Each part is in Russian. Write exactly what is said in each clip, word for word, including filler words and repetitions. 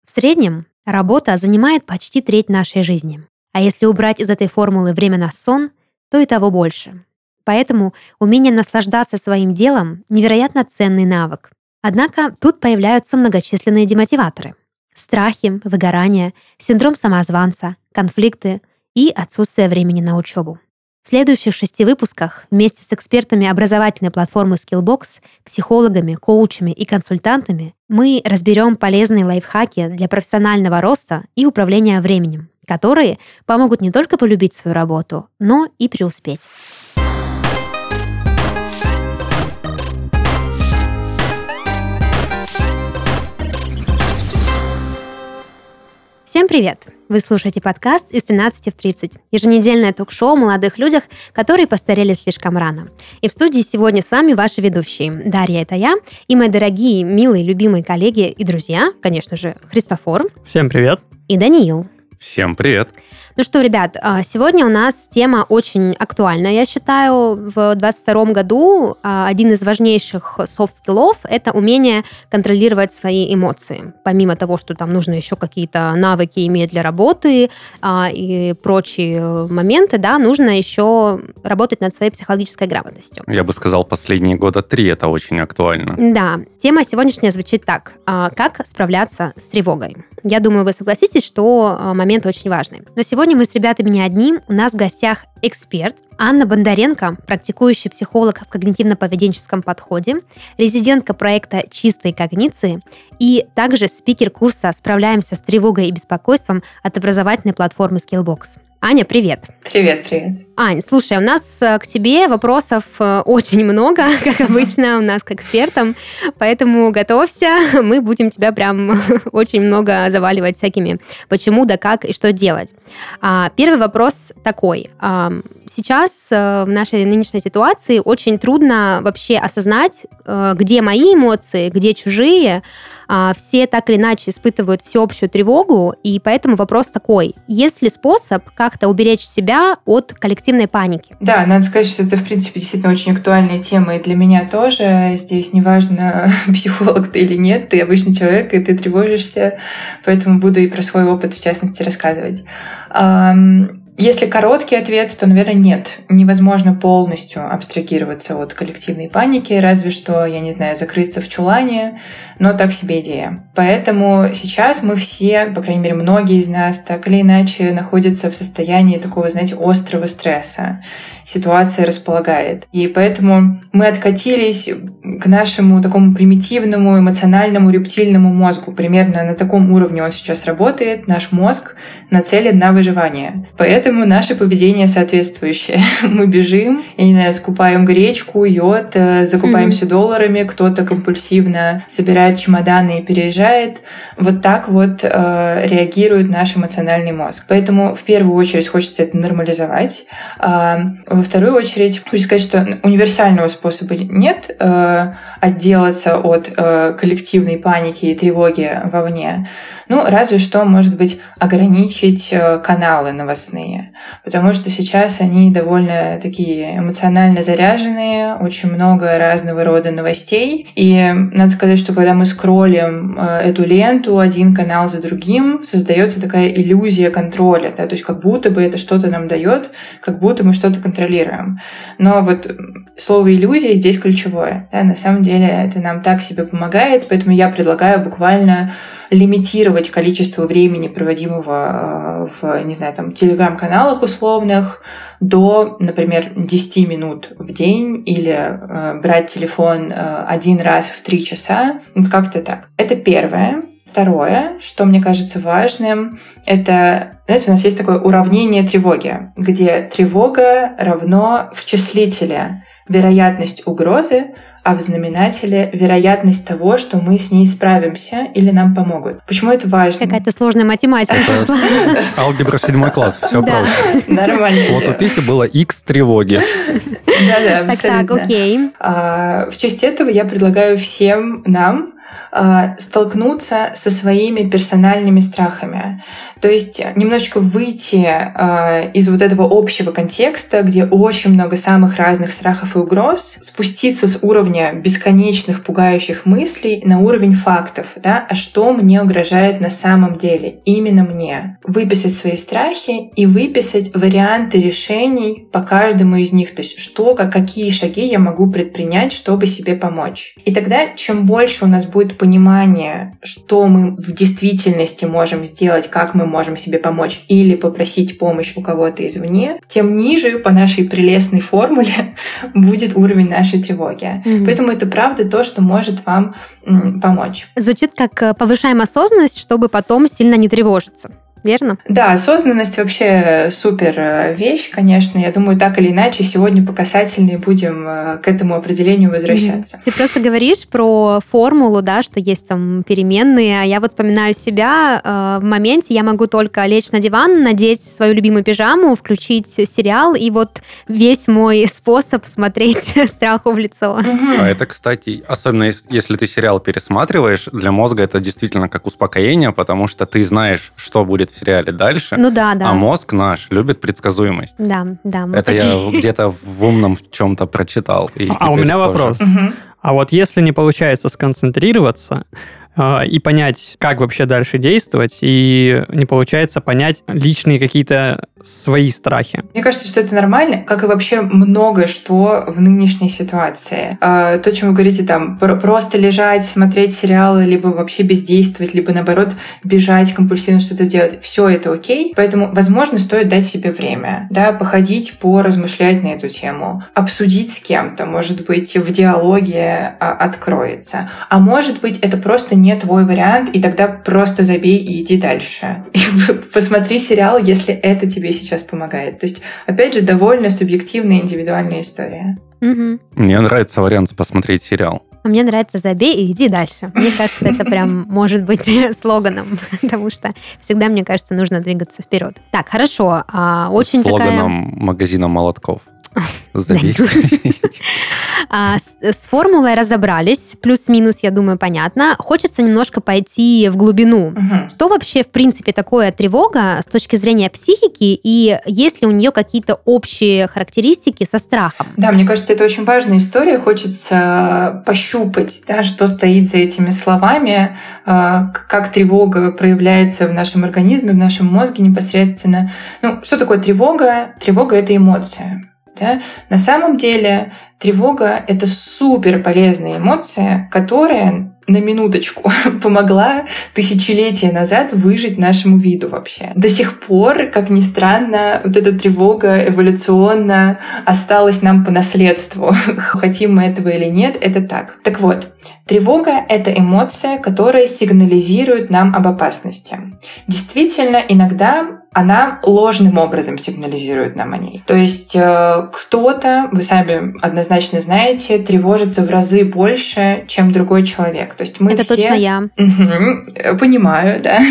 В среднем работа занимает почти треть нашей жизни. А если убрать из этой формулы время на сон, то и того больше. Поэтому умение наслаждаться своим делом — невероятно ценный навык. Однако тут появляются многочисленные демотиваторы. Страхи, выгорание, синдром самозванца, конфликты и отсутствие времени на учебу. В следующих шести выпусках вместе с экспертами образовательной платформы Skillbox, психологами, коучами и консультантами мы разберем полезные лайфхаки для профессионального роста и управления временем, которые помогут не только полюбить свою работу, но и преуспеть. Всем привет! Вы слушаете подкаст «Из тринадцати в тридцать», еженедельное ток-шоу о молодых людях, которые постарели слишком рано. И в студии сегодня с вами ваши ведущие. Дарья — это я, и мои дорогие, милые, любимые коллеги и друзья, конечно же, Христофор. Всем привет! И Даниил. Всем привет! Ну что, ребят, сегодня у нас тема очень актуальная, я считаю. В двадцать втором году один из важнейших софт-скиллов — это умение контролировать свои эмоции. Помимо того, что там нужно еще какие-то навыки иметь для работы и прочие моменты, да, нужно еще работать над своей психологической грамотностью. Я бы сказал, последние года три это очень актуально. Да, тема сегодняшняя звучит так. Как справляться с тревогой? Я думаю, вы согласитесь, что момент очень важный. Но сегодня Сегодня мы с ребятами не одни. У нас в гостях эксперт Анна Бондаренко, практикующий психолог в когнитивно-поведенческом подходе, резидентка проекта «Чистые когниции» и также спикер курса «Справляемся с тревогой и беспокойством» от образовательной платформы Skillbox. Аня, привет! Привет, привет. Ань, слушай, у нас к тебе вопросов очень много, как обычно, у нас к экспертам, поэтому готовься, мы будем тебя прям очень много заваливать всякими почему, да как и что делать. Первый вопрос такой. Сейчас в нашей нынешней ситуации очень трудно вообще осознать, где мои эмоции, где чужие. Все так или иначе испытывают всеобщую тревогу, и поэтому вопрос такой. Есть ли способ как-то уберечь себя от коллективной паники? Да, надо сказать, что это, в принципе, действительно очень актуальная тема, и для меня тоже. Здесь неважно, психолог ты или нет, ты обычный человек, и ты тревожишься, поэтому буду и про свой опыт, в частности, рассказывать. Если короткий ответ, то, наверное, нет. Невозможно полностью абстрагироваться от коллективной паники, разве что, я не знаю, закрыться в чулане, но так себе идея. Поэтому сейчас мы все, по крайней мере, многие из нас, так или иначе находятся в состоянии такого, знаете, острого стресса. Ситуация располагает. И поэтому мы откатились к нашему такому примитивному, эмоциональному, рептильному мозгу. Примерно на таком уровне он сейчас работает. Наш мозг нацелен на выживание. Поэтому наше поведение соответствующее. Мы бежим, я не знаю, скупаем гречку, йод, закупаемся mm-hmm. долларами, кто-то компульсивно собирает чемоданы и переезжает. Вот так вот э, реагирует наш эмоциональный мозг. Поэтому в первую очередь хочется это нормализовать. А во вторую очередь хочу сказать, что универсального способа нет э, отделаться от э, коллективной паники и тревоги вовне. Ну, разве что, может быть, ограничить э, каналы новостные. Потому что сейчас они довольно такие эмоционально заряженные, очень много разного рода новостей. И надо сказать, что когда мы скроллим э, эту ленту один канал за другим, создается такая иллюзия контроля. Да? То есть как будто бы это что-то нам дает, как будто мы что-то контролируем. Но вот слово «иллюзия» здесь ключевое. Да? На самом деле это нам так себе помогает, поэтому я предлагаю буквально лимитировать количество времени, проводимого в, не знаю, там, телеграм-каналах условных, до, например, десять минут в день или э, брать телефон э, один раз в три часа. Вот как-то так. Это первое. Второе, что мне кажется важным, это, знаете, у нас есть такое уравнение тревоги, где тревога равно в числителе вероятность угрозы, а в знаменателе вероятность того, что мы с ней справимся или нам помогут. Почему это важно? Какая-то сложная математика пошла. Алгебра седьмой класс, все просто. Нормально. Вот у Пети было X тревоги. Да-да, абсолютно. Так, так, окей. В честь этого я предлагаю всем нам э, столкнуться со своими персональными страхами. То есть немножечко выйти э, из вот этого общего контекста, где очень много самых разных страхов и угроз, спуститься с уровня бесконечных пугающих мыслей на уровень фактов, да, а что мне угрожает на самом деле, именно мне. Выписать свои страхи и выписать варианты решений по каждому из них, то есть что, как, какие шаги я могу предпринять, чтобы себе помочь. И тогда, чем больше у нас будет понимания, что мы в действительности можем сделать, как мы можем себе помочь или попросить помощь у кого-то извне, тем ниже по нашей прелестной формуле будет уровень нашей тревоги. Mm-hmm. Поэтому это правда то, что может вам м, помочь. Звучит как повышаем осознанность, чтобы потом сильно не тревожиться. Верно? Да, осознанность вообще супер вещь, конечно. Я думаю, так или иначе, сегодня по касательной будем к этому определению возвращаться. Ты просто говоришь про формулу, да, что есть там переменные, а я вот вспоминаю себя, э, в моменте я могу только лечь на диван, надеть свою любимую пижаму, включить сериал, и вот весь мой способ смотреть страху в лицо. Угу. А это, кстати, особенно если ты сериал пересматриваешь, для мозга это действительно как успокоение, потому что ты знаешь, что будет в сериале дальше, ну, да, да. А мозг наш любит предсказуемость. Да, да. Это такие. Я где-то в умном в чем-то прочитал. И а у меня тоже. Вопрос. Угу. А вот если не получается сконцентрироваться э, и понять, как вообще дальше действовать, и не получается понять личные какие-то свои страхи. Мне кажется, что это нормально, как и вообще многое что в нынешней ситуации. Э, то, чем вы говорите, там, просто лежать, смотреть сериалы, либо вообще бездействовать, либо, наоборот, бежать, компульсивно что-то делать. Все это окей. Поэтому, возможно, стоит дать себе время, да, походить, поразмышлять на эту тему, обсудить с кем-то, может быть, в диалоге откроется. А может быть, это просто не твой вариант, и тогда просто забей и иди дальше. И посмотри сериал, если это тебе сейчас помогает. То есть, опять же, довольно субъективная, индивидуальная история. Угу. Мне нравится вариант посмотреть сериал. А мне нравится «забей и иди дальше». Мне кажется, это прям может быть слоганом, потому что всегда, мне кажется, нужно двигаться вперед. Так, хорошо. Очень слоганом такая... магазина молотков. Забей. А, с, с формулой разобрались, плюс-минус, я думаю, понятно. Хочется немножко пойти в глубину. Угу. Что вообще, в принципе, такое тревога с точки зрения психики, и есть ли у нее какие-то общие характеристики со страхом? Да, мне кажется, это очень важная история. Хочется пощупать, да, что стоит за этими словами, как тревога проявляется в нашем организме, в нашем мозге непосредственно. Ну, что такое тревога? Тревога — это эмоция. Да? На самом деле тревога — это супер полезная эмоция, которая на минуточку помогла тысячелетия назад выжить нашему виду вообще. До сих пор, как ни странно, вот эта тревога эволюционно осталась нам по наследству. Хотим мы этого или нет, это так. Так вот, тревога — это эмоция, которая сигнализирует нам об опасности. Действительно, иногда она ложным образом сигнализирует нам о ней. То есть э, кто-то, вы сами однозначно знаете, тревожится в разы больше, чем другой человек. То есть мы это все... точно я. Угу, понимаю, да.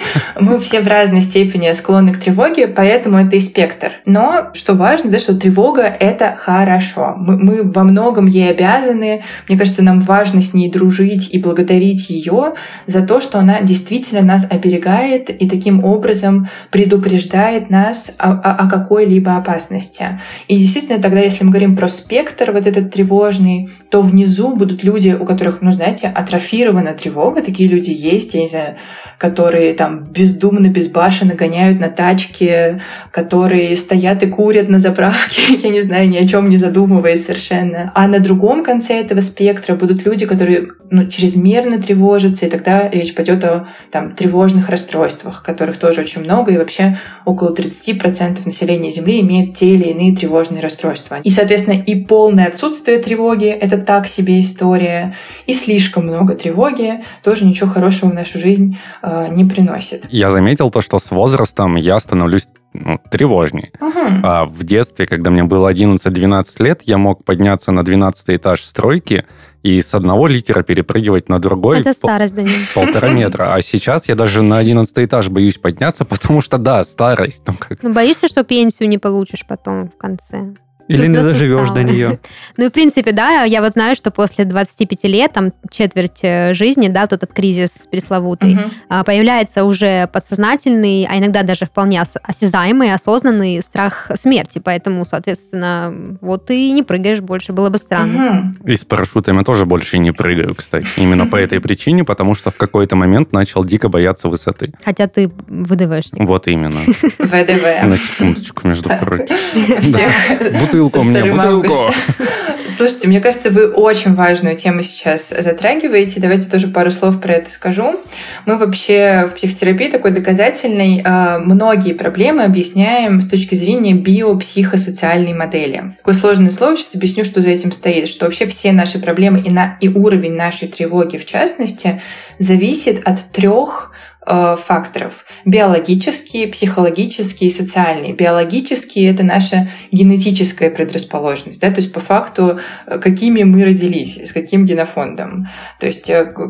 Мы все в разной степени склонны к тревоге, поэтому это и спектр. Но что важно, да, что тревога — это хорошо. Мы, мы во многом ей обязаны. Мне кажется, нам важно с ней дружить и благодарить ее за то, что она действительно нас оберегает и таким образом предупреждает предупреждает нас о, о, о какой-либо опасности. И действительно, тогда, если мы говорим про спектр вот этот тревожный, то внизу будут люди, у которых, ну, знаете, атрофирована тревога. Такие люди есть, я не знаю, которые там бездумно, безбашенно гоняют на тачке, которые стоят и курят на заправке, я не знаю, ни о чем не задумываясь совершенно. А на другом конце этого спектра будут люди, которые, ну, чрезмерно тревожатся, и тогда речь пойдет о там, тревожных расстройствах, которых тоже очень много, и вообще около тридцать процентов населения Земли имеет те или иные тревожные расстройства. И, соответственно, и полное отсутствие тревоги — это так себе история, и слишком много тревоги тоже ничего хорошего в нашу жизнь э, не приносит. Я заметил то, что с возрастом я становлюсь ну, тревожнее. Угу. А в детстве, когда мне было одиннадцать-двенадцать лет, я мог подняться на двенадцатый этаж стройки и с одного литера перепрыгивать на другой. Это старость, Данил. Полтора метра. А сейчас я даже на одиннадцатый этаж боюсь подняться, потому что, да, старость. Ну, как... ну, боишься, что пенсию не получишь потом в конце? Или не доживешь до нее. Ну и в принципе, да, я вот знаю, что после двадцати пяти лет, там четверть жизни, да, вот этот кризис пресловутый, угу. появляется уже подсознательный, а иногда даже вполне осязаемый, осознанный страх смерти. Поэтому, соответственно, вот ты не прыгаешь больше, было бы странно. Угу. И с парашютами тоже больше не прыгаю, кстати. Именно по этой причине, потому что в какой-то момент начал дико бояться высоты. Хотя ты ВДВшник. Вот именно. ВДВ. На секундочку, между прочим. Бутылку мне, бутылку. Слушайте, мне кажется, вы очень важную тему сейчас затрагиваете. Давайте тоже пару слов про это скажу. Мы вообще в психотерапии такой доказательной многие проблемы объясняем с точки зрения биопсихосоциальной модели. Такое сложное слово, сейчас объясню, что за этим стоит. Что вообще все наши проблемы и, на, и уровень нашей тревоги, в частности, зависит от трех факторов. Биологические, психологические и социальные. Биологические — это наша генетическая предрасположенность. Да? То есть, по факту, какими мы родились, с каким генофондом. То есть,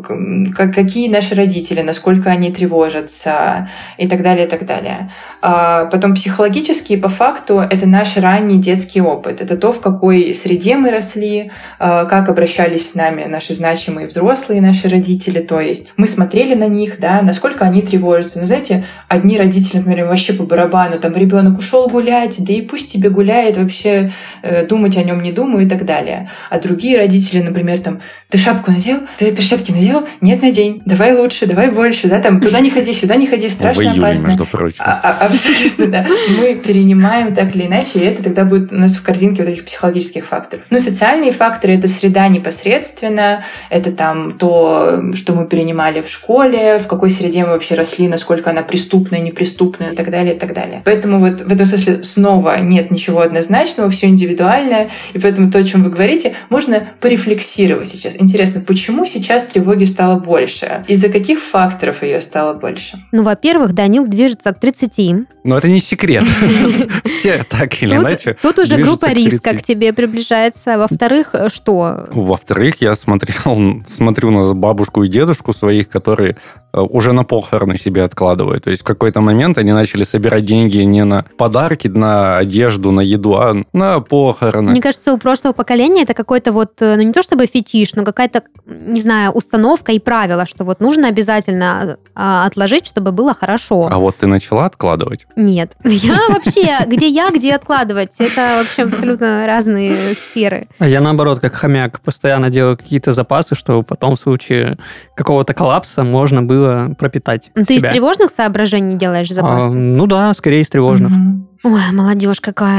какие наши родители, насколько они тревожатся и так далее, и так далее. Потом психологические, по факту, это наш ранний детский опыт. Это то, в какой среде мы росли, как обращались с нами наши значимые взрослые, наши родители. То есть, мы смотрели на них, да, насколько они тревожатся. Но знаете, одни родители, например, вообще по барабану, там ребенок ушел гулять, да и пусть себе гуляет, вообще э, думать о нем не думаю и так далее. А другие родители, например, там, ты шапку надел, ты перчатки надел, нет, надень, давай лучше, давай больше, да, там, туда не ходи, сюда не ходи, страшно, в июле, опасно. Между прочим. А, а, абсолютно, да. Мы перенимаем так или иначе, и это тогда будет у нас в корзинке вот этих психологических факторов. Ну, социальные факторы — это среда непосредственно, это там то, что мы перенимали в школе, в какой среде мы вообще росли, насколько она преступная, неприступная и так далее, и так далее. Поэтому вот в этом смысле снова нет ничего однозначного, все индивидуальное, и поэтому то, о чем вы говорите, можно порефлексировать сейчас. Интересно, почему сейчас тревоги стало больше? Из-за каких факторов ее стало больше? Ну, во-первых, Данил движется к тридцати. Но это не секрет. Все так или иначе. Тут уже группа риска к тебе приближается. Во-вторых, что? Во-вторых, я смотрел, смотрю на бабушку и дедушку своих, которые уже на похороны себе откладывают. То есть в какой-то момент они начали собирать деньги не на подарки, на одежду, на еду, а на похороны. Мне кажется, у прошлого поколения это какой-то вот, ну не то чтобы фетиш, но какая-то, не знаю, установка и правило, что вот нужно обязательно а, отложить, чтобы было хорошо. А вот ты начала откладывать? Нет. Я вообще, где я, где откладывать? Это вообще абсолютно разные сферы. А я наоборот, как хомяк, постоянно делаю какие-то запасы, чтобы потом в случае какого-то коллапса можно было пропитать Ты себя. Из тревожных соображений делаешь запасы? А, ну да, скорее из тревожных. Mm-hmm. Ой, молодежь какая.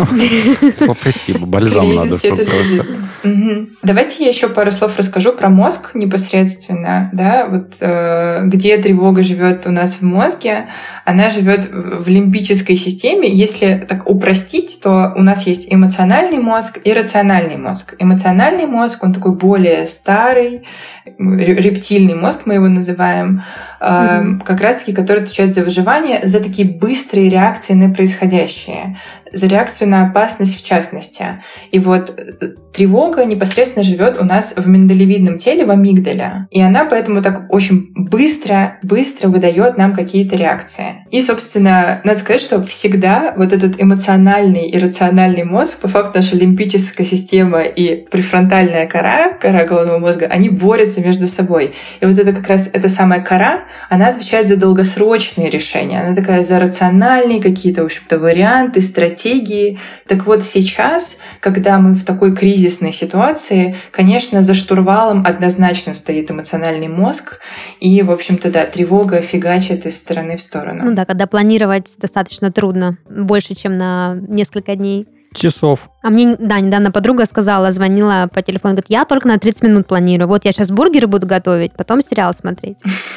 Спасибо, бальзам надо, чтобы просто... Давайте я еще пару слов расскажу про мозг непосредственно. Да? Вот, э, где тревога живет у нас в мозге. Она живет в лимбической системе. Если так упростить, то у нас есть эмоциональный мозг и рациональный мозг. Эмоциональный мозг, он такой более старый, рептильный мозг мы его называем, э, mm-hmm. как раз-таки, который отвечает за выживание, за такие быстрые реакции на происходящее, за реакцию на опасность в частности. И вот тревога непосредственно живет у нас в миндалевидном теле, в амигдале. И она поэтому так очень быстро, быстро выдает нам какие-то реакции. И, собственно, надо сказать, что всегда вот этот эмоциональный и рациональный мозг, по факту наша лимбическая система и префронтальная кора, кора головного мозга, они борются между собой. И вот это как раз, эта самая кора, она отвечает за долгосрочные решения. Она такая за рациональные какие-то, в общем-то, варианты, стратегии. Так вот сейчас, когда мы в такой кризисной ситуации, конечно, за штурвалом однозначно стоит эмоциональный мозг, и, в общем-то, да, тревога фигачит из стороны в сторону. Ну да, когда планировать достаточно трудно, больше, чем на несколько дней. Часов. А мне, да, недавно подруга сказала, звонила по телефону, говорит, я только на тридцать минут планирую. Вот я сейчас бургеры буду готовить, потом сериал смотреть.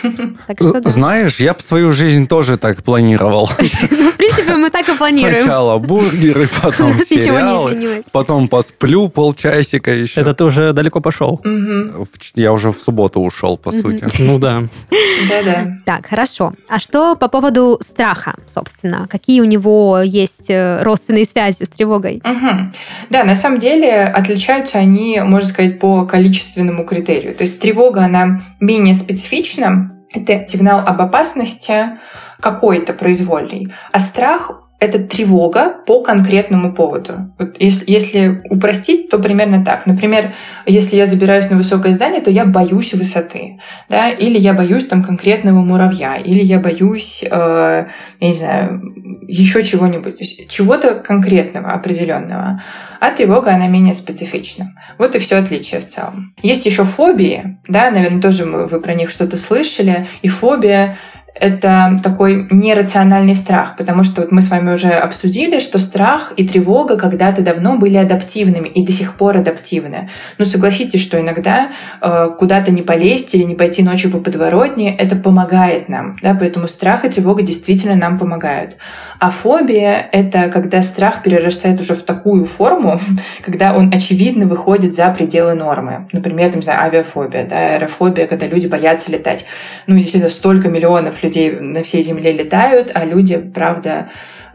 Знаешь, я бы свою жизнь тоже так планировал. В принципе, мы так и планируем. Сначала бургеры, потом сериалы, потом посплю полчасика еще. Это ты уже далеко пошел. Я уже в субботу ушел, по сути. Ну да. Да-да. Так, хорошо. А что по поводу страха, собственно? Какие у него есть родственные связи с тревогой? Угу. Да, на самом деле отличаются они, можно сказать, по количественному критерию. То есть тревога, она менее специфична. Это сигнал об опасности какой-то произвольный. А страх, это тревога по конкретному поводу. Вот если, если упростить, то примерно так. Например, если я забираюсь на высокое здание, то я боюсь высоты, да, или я боюсь там конкретного муравья, или я боюсь, э, я не знаю, еще чего-нибудь, то есть чего-то конкретного, определенного. А тревога, она менее специфична. Вот и все отличие в целом. Есть еще фобии, да, наверное, тоже вы про них что-то слышали, и фобия это такой нерациональный страх, потому что вот мы с вами уже обсудили, что страх и тревога когда-то давно были адаптивными и до сих пор адаптивны. Но согласитесь, что иногда э, куда-то не полезть или не пойти ночью по подворотне, это помогает нам, да, поэтому страх и тревога действительно нам помогают. А фобия — это когда страх перерастает уже в такую форму, когда он очевидно выходит за пределы нормы. Например, там, не знаю, авиафобия, да, аэрофобия, когда люди боятся летать. Ну, естественно, столько миллионов людей на всей Земле летают, а люди, правда,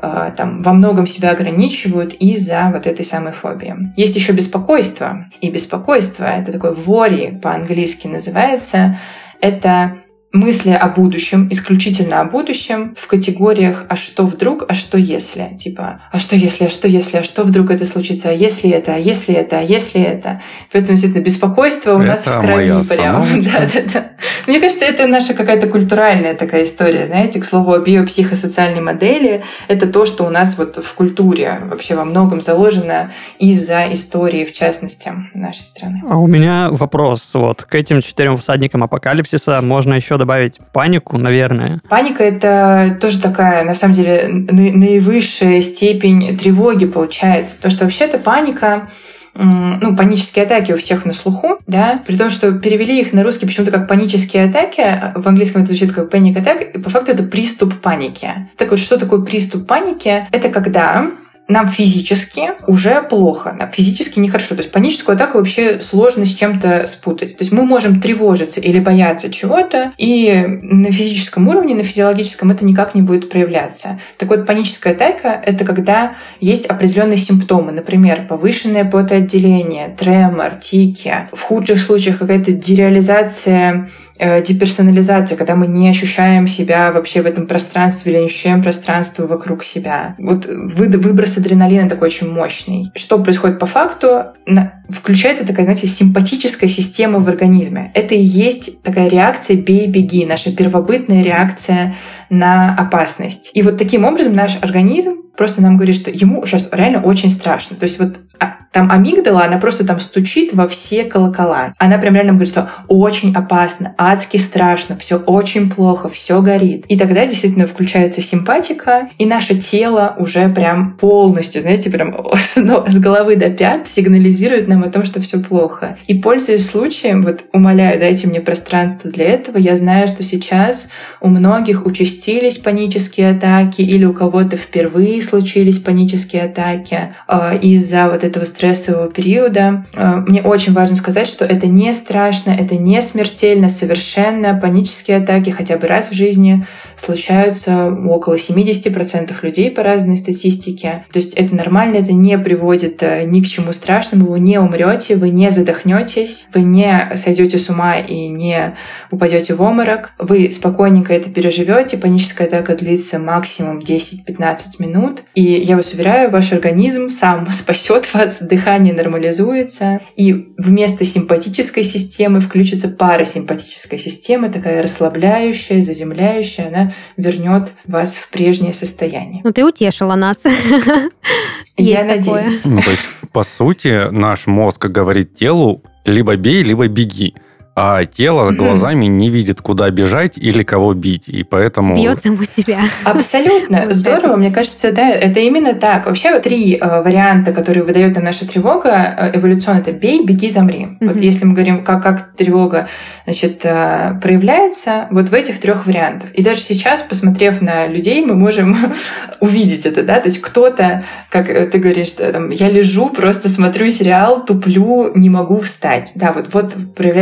там во многом себя ограничивают из-за вот этой самой фобии. Есть еще беспокойство. И беспокойство — это такой worry, по-английски называется. Это мысли о будущем, исключительно о будущем, в категориях «а что вдруг?», «а что если?». Типа «а что если?», «а что если?», «а что вдруг это случится?», «а если это?», «а если это?», «а если это?». Поэтому, действительно, беспокойство у это нас в крови прямо. Да, да, да. Мне кажется, это наша какая-то культуральная такая история. Знаете, к слову, о биопсихосоциальной модели — это то, что у нас вот в культуре вообще во многом заложено из-за истории, в частности, нашей страны. А у меня вопрос. Вот к этим четырем всадникам апокалипсиса можно еще добавить панику, наверное. Паника — это тоже такая, на самом деле, наивысшая степень тревоги получается. Потому что вообще-то паника, ну, панические атаки у всех на слуху, да, при том, что перевели их на русский почему-то как панические атаки, в английском это звучит как panic attack, и по факту это приступ паники. Так вот, что такое приступ паники? Это когда нам физически уже плохо, нам физически нехорошо. То есть паническую атаку вообще сложно с чем-то спутать. То есть мы можем тревожиться или бояться чего-то, и на физическом уровне, на физиологическом это никак не будет проявляться. Так вот, паническая атака — это когда есть определенные симптомы, например, повышенное потоотделение, тремор, тики, в худших случаях какая-то дереализация, деперсонализация, когда мы не ощущаем себя вообще в этом пространстве или не ощущаем пространство вокруг себя. Вот выброс адреналина такой очень мощный. Что происходит по факту? Включается такая, знаете, симпатическая система в организме. Это и есть такая реакция «бей-беги», наша первобытная реакция на опасность. И вот таким образом наш организм просто нам говорит, что ему сейчас реально очень страшно. То есть вот там амигдала, она просто там стучит во все колокола. Она прям реально говорит, что очень опасно, адски страшно, все очень плохо, все горит. И тогда действительно включается симпатика, и наше тело уже прям полностью, знаете, прям с, ну, с головы до пят сигнализирует нам о том, что все плохо. И пользуясь случаем, вот умоляю, дайте мне пространство для этого, я знаю, что сейчас у многих участились панические атаки или у кого-то впервые случились панические атаки э, из-за вот этого стрессового периода. Э, мне очень важно сказать, что это не страшно, это не смертельно совершенно. Панические атаки хотя бы раз в жизни случаются у около семьдесят процентов людей по разной статистике. То есть это нормально, это не приводит э, ни к чему страшному, вы не умрете, вы не задохнетесь, вы не сойдете с ума и не упадете в обморок, вы спокойненько это переживете. Паническая атака длится максимум десять-пятнадцать минут, и я вас уверяю, ваш организм сам спасет вас, дыхание нормализуется, и вместо симпатической системы включится парасимпатическая система, такая расслабляющая, заземляющая, она вернет вас в прежнее состояние. Ну, ты утешила нас. Я надеюсь. Ну, то есть, по сути, наш мозг говорит телу либо бей, либо беги. А тело глазами не видит, куда бежать или кого бить, и поэтому... Бьет саму себя. Абсолютно. Здорово. Мне кажется, да, это именно так. Вообще три э, варианта, которые выдает нам наша тревога, эволюционно, это бей, беги, замри. Mm-hmm. Вот если мы говорим, как, как тревога, значит, э, проявляется, вот в этих трех вариантах. И даже сейчас, посмотрев на людей, мы можем увидеть это, да, то есть кто-то, как ты говоришь, там, я лежу, просто смотрю сериал, туплю, не могу встать. Да, вот, вот проявляется так реакция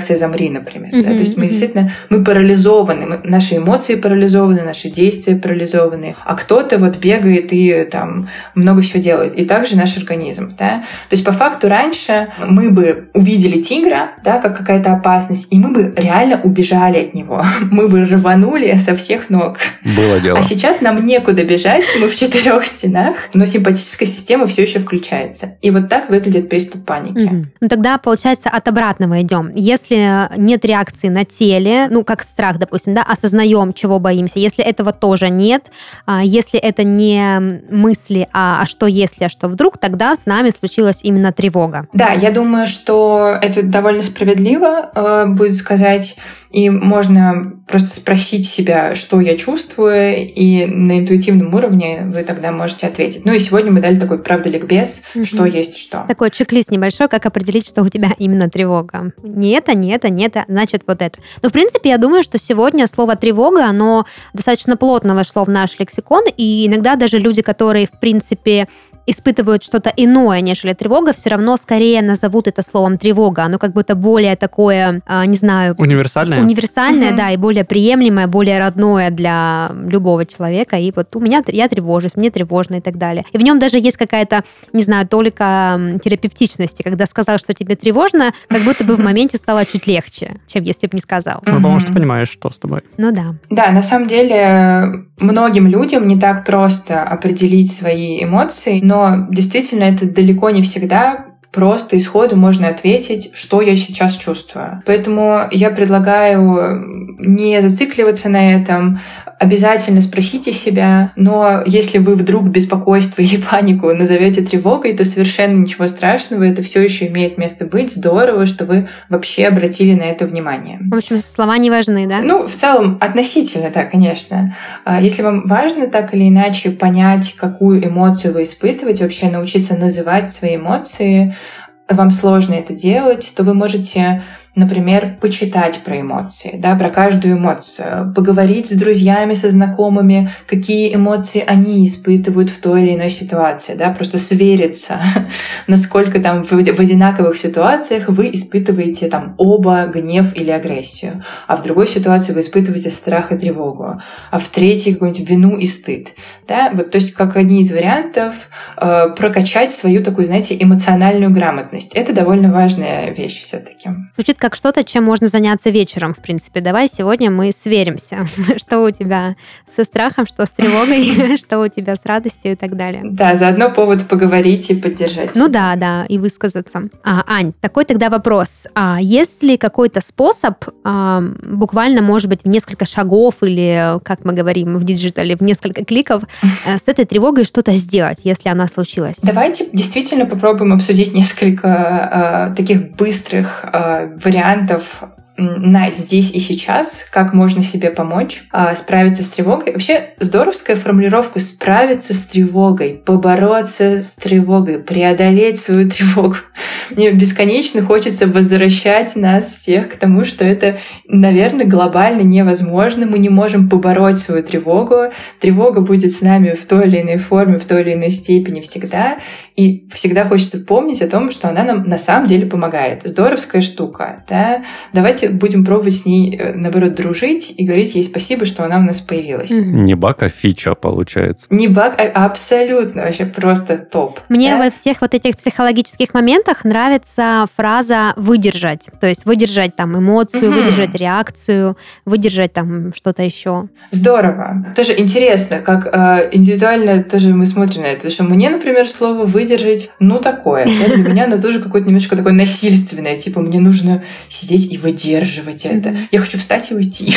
реакция «замри», например. Mm-hmm. Да? То есть мы действительно мы парализованы, мы, наши эмоции парализованы, наши действия парализованы, а кто-то вот бегает и там много всего делает. И также наш организм. Да? То есть по факту раньше мы бы увидели тигра, да, как какая-то опасность, и мы бы реально убежали от него. Мы бы рванули со всех ног. Было дело. А сейчас нам некуда бежать, мы в четырех стенах, но симпатическая система все еще включается. И вот так выглядит приступ паники. Mm-hmm. Ну тогда, получается, от обратного идем. Если нет реакции на теле, ну как страх, допустим, да, осознаем, чего боимся. Если этого тоже нет, если это не мысли, а, а что если, а что вдруг, тогда с нами случилась именно тревога. Да, я думаю, что это довольно справедливо э, будет сказать, и можно просто спросить себя, что я чувствую, и на интуитивном уровне вы тогда можете ответить. Ну и сегодня мы дали такой, правда, ликбез, mm-hmm. что есть что. Такой чек-лист небольшой, как определить, что у тебя именно тревога. Не это, не это, не это, значит вот это. Но, в принципе, я думаю, что сегодня слово «тревога», оно достаточно плотно вошло в наш лексикон, и иногда даже люди, которые, в принципе, испытывают что-то иное, нежели тревога, все равно скорее назовут это словом тревога. Оно как будто более такое, не знаю... Универсальное? Универсальное, mm-hmm. да, и более приемлемое, более родное для любого человека. И вот у меня, я тревожусь, мне тревожно и так далее. И в нем даже есть какая-то, не знаю, толика терапевтичности, когда сказал, что тебе тревожно, как будто бы в моменте стало чуть легче, чем если бы не сказал. Ну, потому что понимаешь, что с тобой. Ну да. Да, на самом деле многим людям не так просто определить свои эмоции, но Но действительно это далеко не всегда просто исходу можно ответить, что я сейчас чувствую. Поэтому я предлагаю не зацикливаться на этом, обязательно спросите себя, но если вы вдруг беспокойство или панику назовете тревогой, то совершенно ничего страшного, это все еще имеет место быть. Здорово, что вы вообще обратили на это внимание. В общем, слова не важны, да? Ну, в целом, относительно, да, конечно. Если вам важно так или иначе понять, какую эмоцию вы испытываете, вообще научиться называть свои эмоции, вам сложно это делать, то вы можете, например, почитать про эмоции, да, про каждую эмоцию, поговорить с друзьями, со знакомыми, какие эмоции они испытывают в той или иной ситуации, да, просто свериться, насколько там в, в одинаковых ситуациях вы испытываете там оба гнев или агрессию, а в другой ситуации вы испытываете страх и тревогу, а в третьей какую-нибудь вину и стыд, да, вот, то есть как одни из вариантов э, прокачать свою такую, знаете, эмоциональную грамотность. Это довольно важная вещь все-таки. Звучит как что-то, чем можно заняться вечером, в принципе. Давай сегодня мы сверимся, что у тебя со страхом, что с тревогой, что у тебя с радостью и так далее. Да, заодно повод поговорить и поддержать. Ну да, да, и высказаться. А, Ань, такой тогда вопрос. А есть ли какой-то способ, а, буквально, может быть, в несколько шагов или, как мы говорим в диджитале, в несколько кликов, а, с этой тревогой что-то сделать, если она случилась? Давайте действительно попробуем обсудить несколько а, таких быстрых а, вариантов, вариантов на здесь и сейчас, как можно себе помочь а, справиться с тревогой. Вообще здоровская формулировка «справиться с тревогой», «побороться с тревогой», «преодолеть свою тревогу». Мне бесконечно хочется возвращать нас всех к тому, что это, наверное, глобально невозможно. Мы не можем побороть свою тревогу. Тревога будет с нами в той или иной форме, в той или иной степени всегда. И всегда хочется помнить о том, что она нам на самом деле помогает. Здоровская штука, да? Давайте будем пробовать с ней, наоборот, дружить и говорить ей спасибо, что она у нас появилась. Mm-hmm. Не баг, а фича получается. Не баг, а абсолютно вообще просто топ. Мне да? во всех вот этих психологических моментах нравится фраза «выдержать». То есть выдержать там эмоцию, mm-hmm. выдержать реакцию, выдержать там что-то еще. Здорово. Тоже интересно, как э, индивидуально тоже мы смотрим на это. Потому что мне, например, слово «выдержать», ну, такое. Да? Для меня оно тоже какое-то немножко такое насильственное. Типа, мне нужно сидеть и выдерживать это. Mm-hmm. Я хочу встать и уйти.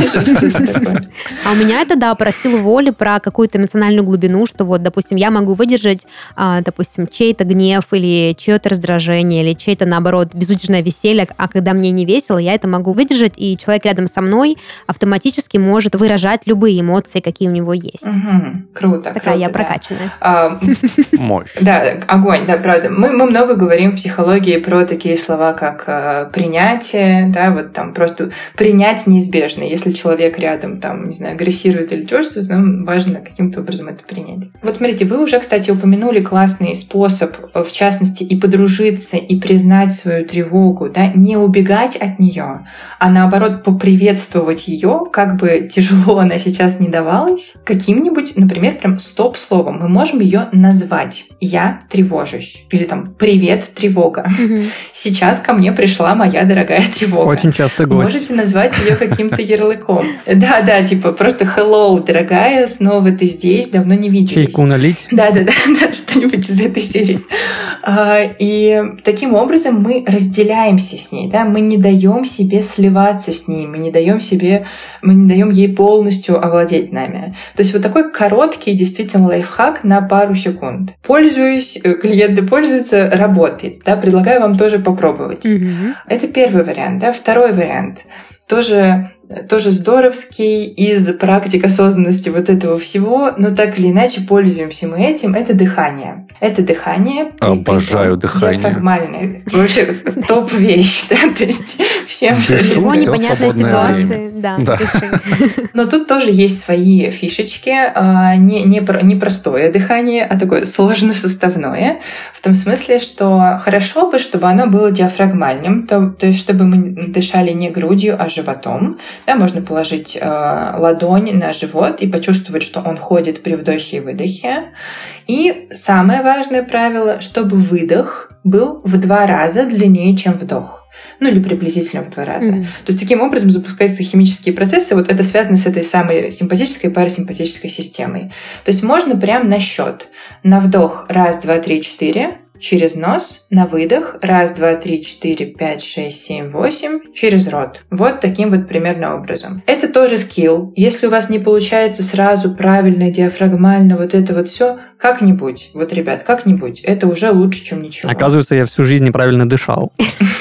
А у меня это, да, про силу воли, про какую-то эмоциональную глубину, что вот, допустим, я могу выдержать, допустим, чей-то гнев или чье-то раздражение, или чей-то, наоборот, безудержное веселье, а когда мне не весело, я это могу выдержать, и человек рядом со мной автоматически может выражать любые эмоции, какие у него есть. Круто. Такая я прокачанная. Мощь. Да, огонь, да, правда. Мы, мы много говорим в психологии про такие слова, как э, принятие, да, да, вот там просто принять неизбежное. Если человек рядом, там, не знаю, агрессирует или что-то, нам важно каким-то образом это принять. Вот смотрите, вы уже, кстати, упомянули классный способ, в частности, и подружиться, и признать свою тревогу, да, не убегать от нее, а наоборот поприветствовать ее, как бы тяжело она сейчас не давалась, каким-нибудь, например, прям стоп-словом. Мы можем ее назвать. Я тревожусь. Или там «Привет, тревога». Mm-hmm. Сейчас ко мне пришла моя дорогая тревога. Очень часто гость. Можете назвать ее каким-то ярлыком. Да-да, типа просто «Hello, дорогая, снова ты здесь, давно не виделись». Чайку налить. Да-да-да, что-нибудь из этой серии. И таким образом мы разделяемся с ней, да, мы не даем себе сливаться с ней, мы не даем себе, мы не даем ей полностью овладеть нами. То есть вот такой короткий действительно лайфхак на пару секунд. Пользуюсь, клиенты пользуются, работает, да, предлагаю вам тоже попробовать. Mm-hmm. Это первый вариант, да. Второй вариант тоже тоже здоровский, из практик осознанности вот этого всего, но так или иначе пользуемся мы этим, это дыхание. Это дыхание. Обожаю дыхание. Диафрагмальное. Вообще топ-вещь, да, то есть всем Всего непонятной ситуации. Да, да. Но тут тоже есть свои фишечки. Не, не, не простое дыхание, а такое сложно-составное. В том смысле, что хорошо бы, чтобы оно было диафрагмальным, то, то есть чтобы мы дышали не грудью, а животом. Да, можно положить э, ладонь на живот и почувствовать, что он ходит при вдохе и выдохе. И самое важное правило, чтобы выдох был в два раза длиннее, чем вдох. Ну или приблизительно в два раза. Mm-hmm. То есть таким образом запускаются химические процессы. Вот это связано с этой самой симпатической и парасимпатической системой. То есть можно прям на счет. На вдох раз, два, три, четыре. Через нос, на выдох, раз, два, три, четыре, пять, шесть, семь, восемь, через рот. Вот таким вот примерно образом. Это тоже скилл. Если у вас не получается сразу правильно, диафрагмально, вот это вот все, как-нибудь, вот, ребят, как-нибудь, это уже лучше, чем ничего. Оказывается, я всю жизнь неправильно дышал.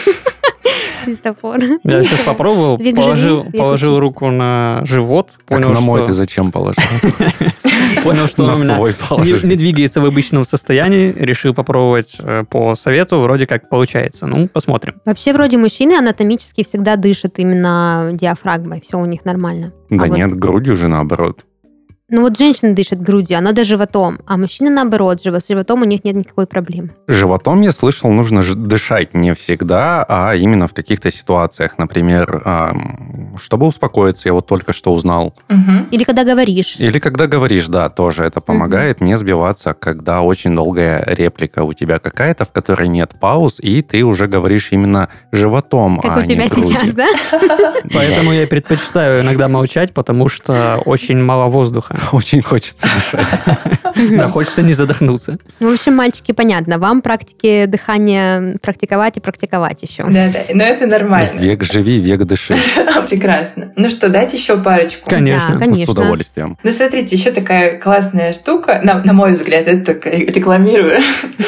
Я сейчас попробовал, положил, положил руку на живот. Так понял, на мой что... ты зачем положил? Понял, что он у меня не, не двигается в обычном состоянии. Решил попробовать по совету. Вроде как получается. Ну, посмотрим. Вообще, вроде мужчины анатомически всегда дышат именно диафрагмой. Все у них нормально. Да а нет, вот... грудью же наоборот. Ну вот женщина дышит грудью, она даже животом, а мужчины наоборот, с животом у них нет никакой проблемы. Животом, я слышал, нужно дышать не всегда, а именно в каких-то ситуациях. Например, чтобы успокоиться, я вот только что узнал. Угу. Или когда говоришь. Или когда говоришь, да, тоже это помогает угу. не сбиваться, когда очень долгая реплика у тебя какая-то, в которой нет пауз, и ты уже говоришь именно животом, как а у тебя не грудью. сейчас, да? Поэтому я предпочитаю иногда молчать, потому что очень мало воздуха. Очень хочется дышать. Да, хочется не задохнуться. Ну, в общем, мальчики, понятно. Вам практики дыхания практиковать и практиковать еще. Да-да, но это нормально. Век живи, век дыши. Прекрасно. Ну что, дать еще парочку? Конечно. Да, конечно. С удовольствием. Ну, смотрите, еще такая классная штука, на, на мой взгляд, это так рекламирую.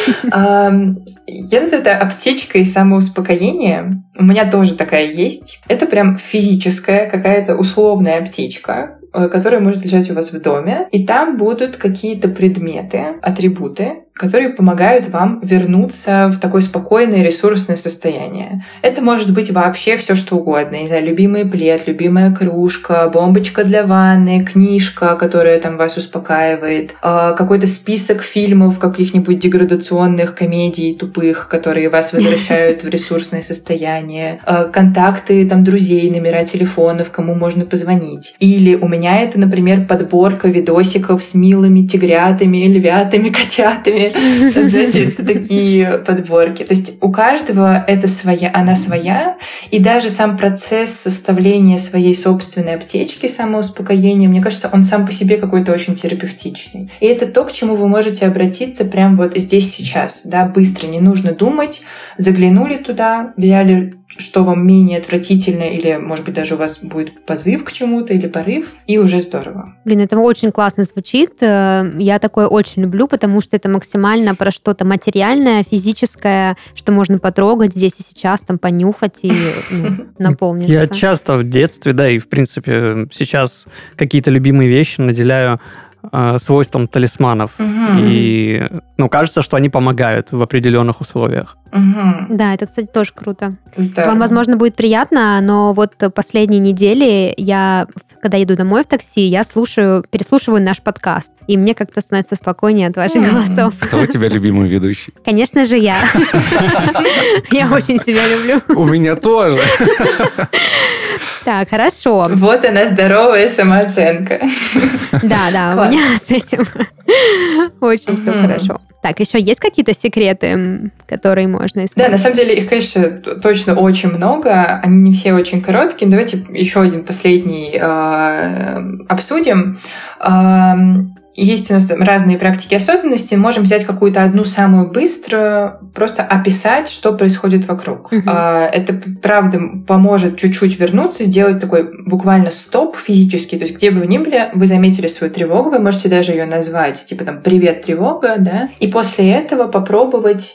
Я называю это аптечкой самоуспокоения. У меня тоже такая есть. Это прям физическая какая-то условная аптечка, которая может лежать у вас в доме, и там будут какие-то предметы, атрибуты, которые помогают вам вернуться в такое спокойное ресурсное состояние. Это может быть вообще все что угодно. Не знаю, любимый плед, любимая кружка, бомбочка для ванны, книжка, которая там вас успокаивает, какой-то список фильмов каких-нибудь деградационных комедий тупых, которые вас возвращают в ресурсное состояние, контакты там друзей, номера телефонов, кому можно позвонить. Или у меня это, например, подборка видосиков с милыми тигрятами, львятами, котятами. Знаете, это такие подборки. То есть у каждого это своя, она своя, и даже сам процесс составления своей собственной аптечки самоуспокоения, мне кажется, он сам по себе какой-то очень терапевтичный. И это то, к чему вы можете обратиться прямо вот здесь сейчас, да, быстро, не нужно думать, заглянули туда, взяли, что вам менее отвратительно, или, может быть, даже у вас будет позыв к чему-то или порыв, и уже здорово. Блин, это очень классно звучит. Я такое очень люблю, потому что это максимально про что-то материальное, физическое, что можно потрогать здесь и сейчас, там понюхать и ну, наполниться. Я часто в детстве, да, и в принципе сейчас какие-то любимые вещи наделяю э, свойствам талисманов. Угу. И, ну, кажется, что они помогают в определенных условиях. Угу. Да, это, кстати, тоже круто. Здорово. Вам, возможно, будет приятно, но вот последние недели я, когда еду домой в такси, я слушаю, переслушиваю наш подкаст, и мне как-то становится спокойнее от ваших голосов. Кто у тебя любимый ведущий? Конечно же, я. Я очень себя люблю. У меня тоже. Так, хорошо. Вот она, здоровая самооценка. Да, да, у меня с этим очень все хорошо. Так, еще есть какие-то секреты, которые можно использовать? Да, на самом деле их, конечно, точно очень много. Они не все очень короткие. Давайте еще один последний э, обсудим. Э, Есть у нас там разные практики осознанности. Можем взять какую-то одну самую быструю, просто описать, что происходит вокруг. Uh-huh. Это, правда, поможет чуть-чуть вернуться, сделать такой буквально стоп физический. То есть где бы вы ни были, вы заметили свою тревогу, вы можете даже ее назвать, типа там «Привет, тревога», да? И после этого попробовать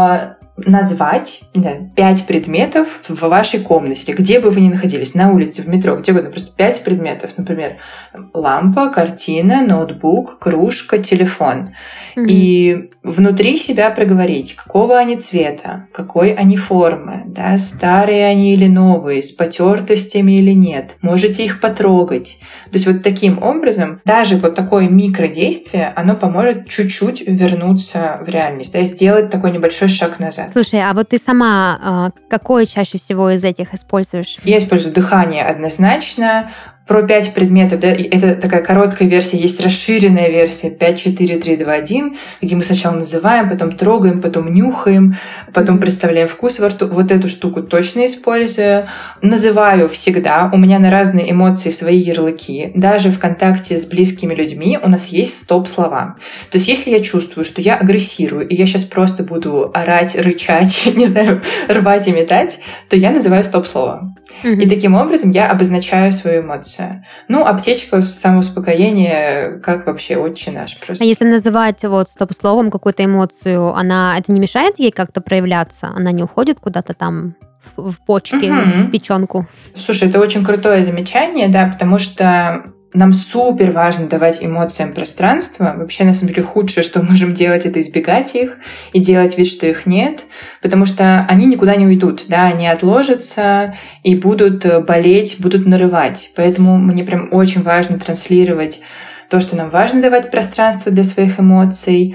назвать да, пять предметов в вашей комнате, или где бы вы ни находились, на улице, в метро, где угодно, просто пять предметов, например, лампа, картина, ноутбук, кружка, телефон. Mm-hmm. И внутри себя проговорить, какого они цвета, какой они формы, да, старые они или новые, с потертостями или нет. Можете их потрогать. То есть вот таким образом даже вот такое микродействие, оно поможет чуть-чуть вернуться в реальность, да, сделать такой небольшой шаг назад. Слушай, а вот ты сама какое чаще всего из этих используешь? Я использую дыхание однозначно. Про пять предметов, да, это такая короткая версия, есть расширенная версия пять, четыре, три, два, один, где мы сначала называем, потом трогаем, потом нюхаем, потом представляем вкус во рту. Вот эту штуку точно использую. Называю всегда. У меня на разные эмоции свои ярлыки. Даже в контакте с близкими людьми у нас есть стоп-слова. То есть если я чувствую, что я агрессирую, и я сейчас просто буду орать, рычать, не знаю, рвать и метать, то я называю стоп-слово. Mm-hmm. И таким образом я обозначаю свою эмоцию. Ну, аптечка самоуспокоения, как вообще отче наш просто. А если называть вот стоп-словом какую-то эмоцию, она это не мешает ей как-то проявляться? Она не уходит куда-то там в, в почки, uh-huh. в печенку? Слушай, это очень крутое замечание, да, потому что нам супер важно давать эмоциям пространство. Вообще, на самом деле, худшее, что мы можем делать, это избегать их и делать вид, что их нет, потому что они никуда не уйдут, да, они отложатся и будут болеть, будут нарывать. Поэтому мне прям очень важно транслировать то, что нам важно давать пространство для своих эмоций.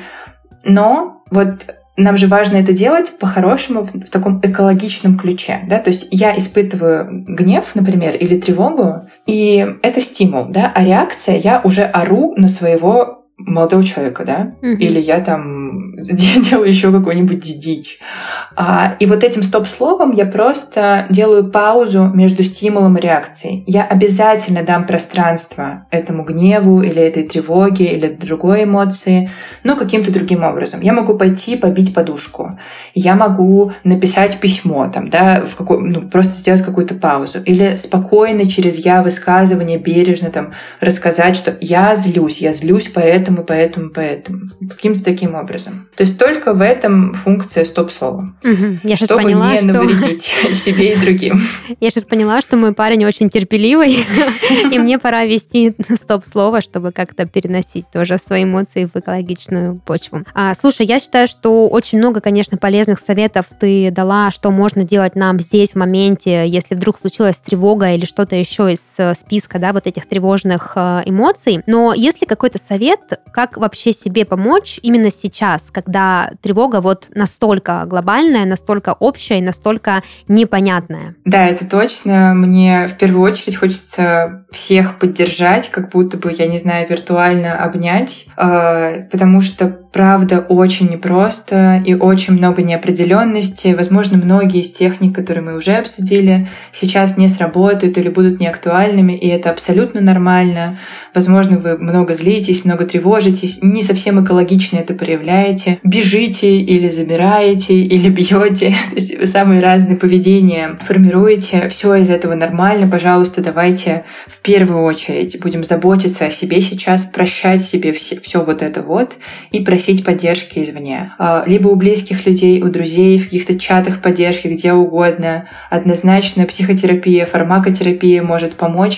Но вот нам же важно это делать по-хорошему в таком экологичном ключе, да, то есть я испытываю гнев, например, или тревогу, и это стимул, да, а реакция, я уже ору на своего молодого человека, да, mm-hmm. или я там делаю еще какую-нибудь дичь. А, и вот этим стоп-словом я просто делаю паузу между стимулом и реакцией. Я обязательно дам пространство этому гневу или этой тревоге или другой эмоции, но каким-то другим образом. Я могу пойти побить подушку, я могу написать письмо, там, да, в какой, ну, просто сделать какую-то паузу, или спокойно через я высказывание бережно там рассказать, что я злюсь, я злюсь поэтому Поэтому, поэтому, поэтому. Каким-то таким образом. То есть только в этом функция стоп-слова. Угу. Я чтобы поняла, не что... навредить себе и другим. Я сейчас поняла, что мой парень очень терпеливый, и мне пора вести стоп-слово, чтобы как-то переносить тоже свои эмоции в экологичную почву. А, слушай, я считаю, что очень много, конечно, полезных советов ты дала, что можно делать нам здесь, в моменте, если вдруг случилась тревога или что-то еще из списка, да, вот этих тревожных эмоций. Но есть ли какой-то совет, как вообще себе помочь именно сейчас, когда тревога вот настолько глобальная, настолько общая и настолько непонятная? Да, это точно. Мне в первую очередь хочется всех поддержать, как будто бы, я не знаю, виртуально обнять, потому что правда очень непросто и очень много неопределенности. Возможно, многие из техник, которые мы уже обсудили, сейчас не сработают или будут неактуальными, и это абсолютно нормально. Возможно, вы много злитесь, много тревожитесь, не совсем экологично это проявляете, бежите или замираете, или бьете. То есть вы самые разные поведения формируете. Все из этого нормально. Пожалуйста, давайте в первую очередь будем заботиться о себе сейчас, прощать себе все, все вот это вот и просить поддержки извне. Либо у близких людей, у друзей, в каких-то чатах поддержки, где угодно. Однозначно психотерапия, фармакотерапия может помочь.